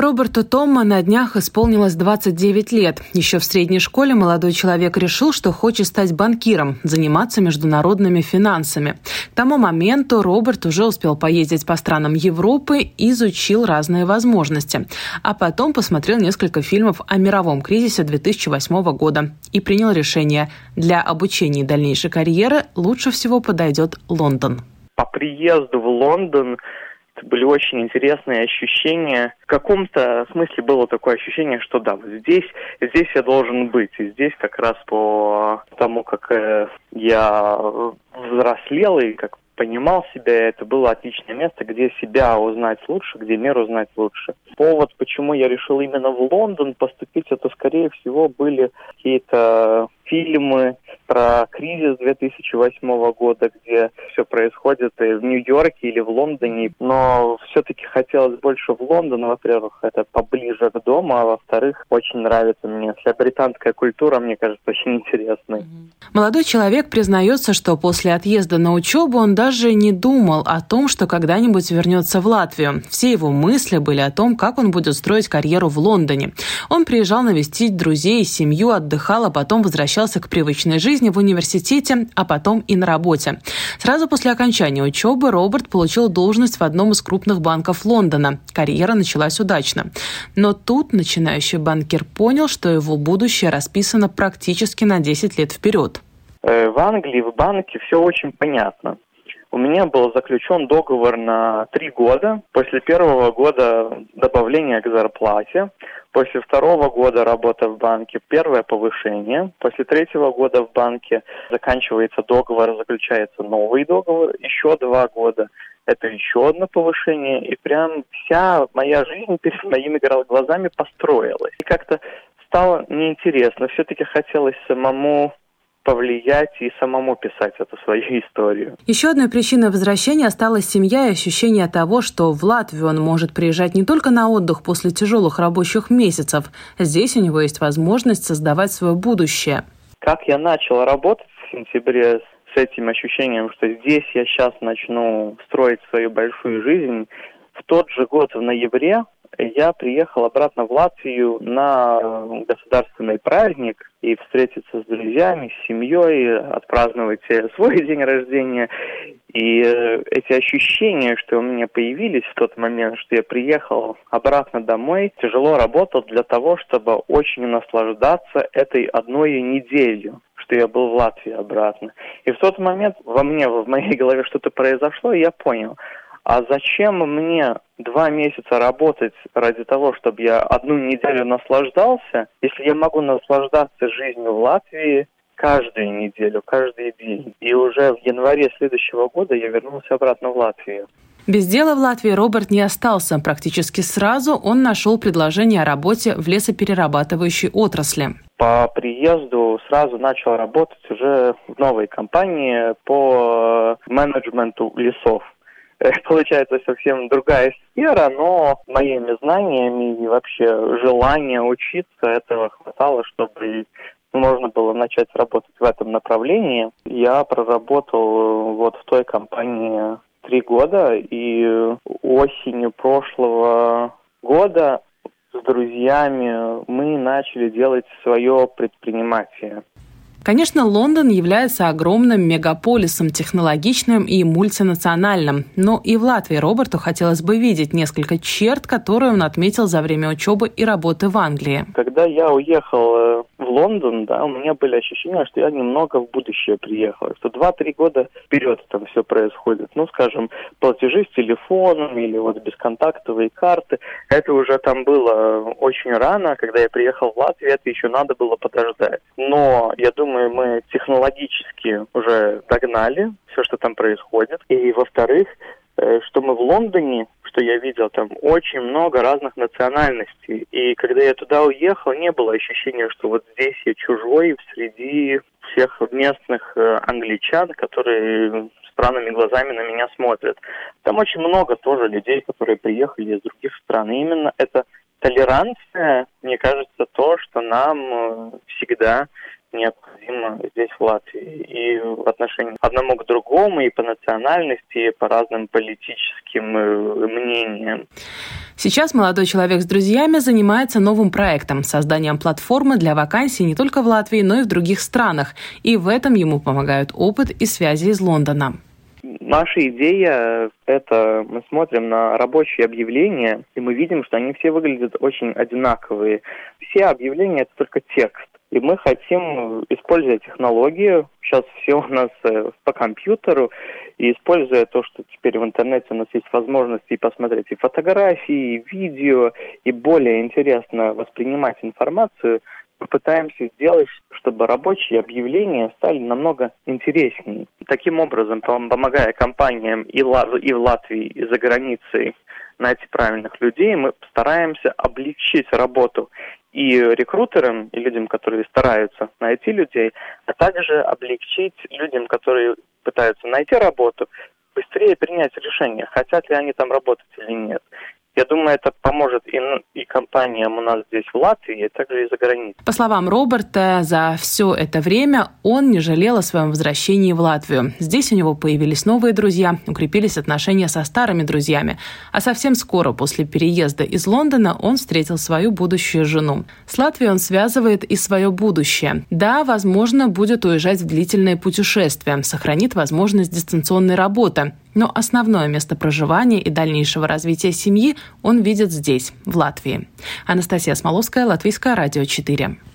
Роберту Томма на днях исполнилось 29 лет. Еще в средней школе молодой человек решил, что хочет стать банкиром, заниматься международными финансами. К тому моменту Роберт уже успел поездить по странам Европы и изучил разные возможности. А потом посмотрел несколько фильмов о мировом кризисе 2008 года и принял решение: для обучения и дальнейшей карьеры лучше всего подойдет Лондон. По приезду в Лондон это были очень интересные ощущения. В каком-то смысле было такое ощущение, что да, вот здесь я должен быть. И здесь как раз по тому, как я взрослел и как понимал себя, это было отличное место, где себя узнать лучше, где мир узнать лучше. Повод, почему я решил именно в Лондон поступить, это, скорее всего, были какие-то фильмы про кризис 2008 года, где все происходит в Нью-Йорке или в Лондоне. Но все-таки хотелось больше в Лондон. Во-первых, это поближе к дому, а во-вторых, очень нравится мне. Вся британская культура, мне кажется, очень интересной. Молодой человек признается, что после отъезда на учебу он даже не думал о том, что когда-нибудь вернется в Латвию. Все его мысли были о том, как он будет строить карьеру в Лондоне. Он приезжал навестить друзей, семью, отдыхал, а потом возвращался к привычной жизни в университете, а потом и на работе. Сразу после окончания учебы Роберт получил должность в одном из крупных банков Лондона. Карьера началась удачно. Но тут начинающий банкир понял, что его будущее расписано практически на 10 лет вперед. В Англии, в банке все очень понятно. У меня был заключен договор на 3 года. После первого года добавление к зарплате. После второго года работы в банке первое повышение. После третьего года в банке заканчивается договор, заключается новый договор. Еще 2 года. Это еще одно повышение. И прям вся моя жизнь перед моими глазами построилась. И как-то стало неинтересно. Все-таки хотелось самому повлиять и самому писать эту свою историю. Еще одной причиной возвращения стала семья и ощущение того, что в Латвию он может приезжать не только на отдых после тяжелых рабочих месяцев. Здесь у него есть возможность создавать свое будущее. Как я начал работать в сентябре с этим ощущением, что здесь я сейчас начну строить свою большую жизнь, в тот же год, в ноябре, я приехал обратно в Латвию на государственный праздник и встретиться с друзьями, с семьей, отпраздновать свой день рождения. И эти ощущения, что у меня появились в тот момент, что я приехал обратно домой, тяжело работал для того, чтобы очень наслаждаться этой одной неделей, что я был в Латвии обратно. И в тот момент в моей голове что-то произошло, и я понял, а зачем мне 2 месяца работать ради того, чтобы я 1 неделю наслаждался, если я могу наслаждаться жизнью в Латвии каждую неделю, каждый день. И уже в январе следующего года я вернулся обратно в Латвию. Без дела в Латвии Роберт не остался. Практически сразу он нашел предложение о работе в лесоперерабатывающей отрасли. По приезду сразу начал работать уже в новой компании по менеджменту лесов. Получается совсем другая сфера, но моими знаниями и вообще желание учиться этого хватало, чтобы можно было начать работать в этом направлении. Я проработал вот в той компании 3 года, и осенью прошлого года с друзьями мы начали делать свое предпринимание. Конечно, Лондон является огромным мегаполисом, технологичным и мультинациональным. Но и в Латвии Роберту хотелось бы видеть несколько черт, которые он отметил за время учебы и работы в Англии. Когда я уехал в Лондон, у меня были ощущения, что я немного в будущее приехал, что 2-3 года вперед там все происходит. Скажем, платежи с телефоном или бесконтактовые карты. Это уже там было очень рано, когда я приехал в Латвию, это еще надо было подождать. Но я думаю, мы технологически уже догнали все, что там происходит. И, во-вторых, что мы в Лондоне, что я видел, там очень много разных национальностей. И когда я туда уехал, не было ощущения, что вот здесь я чужой среди всех местных англичан, которые странными глазами на меня смотрят. Там очень много тоже людей, которые приехали из других стран. И именно эта толеранция, мне кажется, то, что нам всегда необходимо здесь, в Латвии. И в отношении одному к другому, и по национальности, и по разным политическим мнениям. Сейчас молодой человек с друзьями занимается новым проектом – созданием платформы для вакансий не только в Латвии, но и в других странах. И в этом ему помогают опыт и связи из Лондона. Наша идея – это мы смотрим на рабочие объявления, и мы видим, что они все выглядят очень одинаковые. Все объявления – это только текст. И мы хотим, используя технологию, сейчас все у нас по компьютеру, и используя то, что теперь в интернете у нас есть возможности посмотреть и фотографии, и видео, и более интересно воспринимать информацию, мы пытаемся сделать, чтобы рабочие объявления стали намного интереснее. Таким образом, помогая компаниям и в Латвии, и за границей найти правильных людей, мы стараемся облегчить работу и рекрутерам, и людям, которые стараются найти людей, а также облегчить людям, которые пытаются найти работу, быстрее принять решение, хотят ли они там работать или нет. Я думаю, это поможет и компаниям у нас здесь в Латвии, а также и за границей. По словам Роберта, за все это время он не жалел о своем возвращении в Латвию. Здесь у него появились новые друзья, укрепились отношения со старыми друзьями. А совсем скоро после переезда из Лондона он встретил свою будущую жену. С Латвией он связывает и свое будущее. Да, возможно, будет уезжать в длительное путешествие, сохранит возможность дистанционной работы. Но основное место проживания и дальнейшего развития семьи он видит здесь, в Латвии. Анастасия Смоловская, Латвийское радио 4.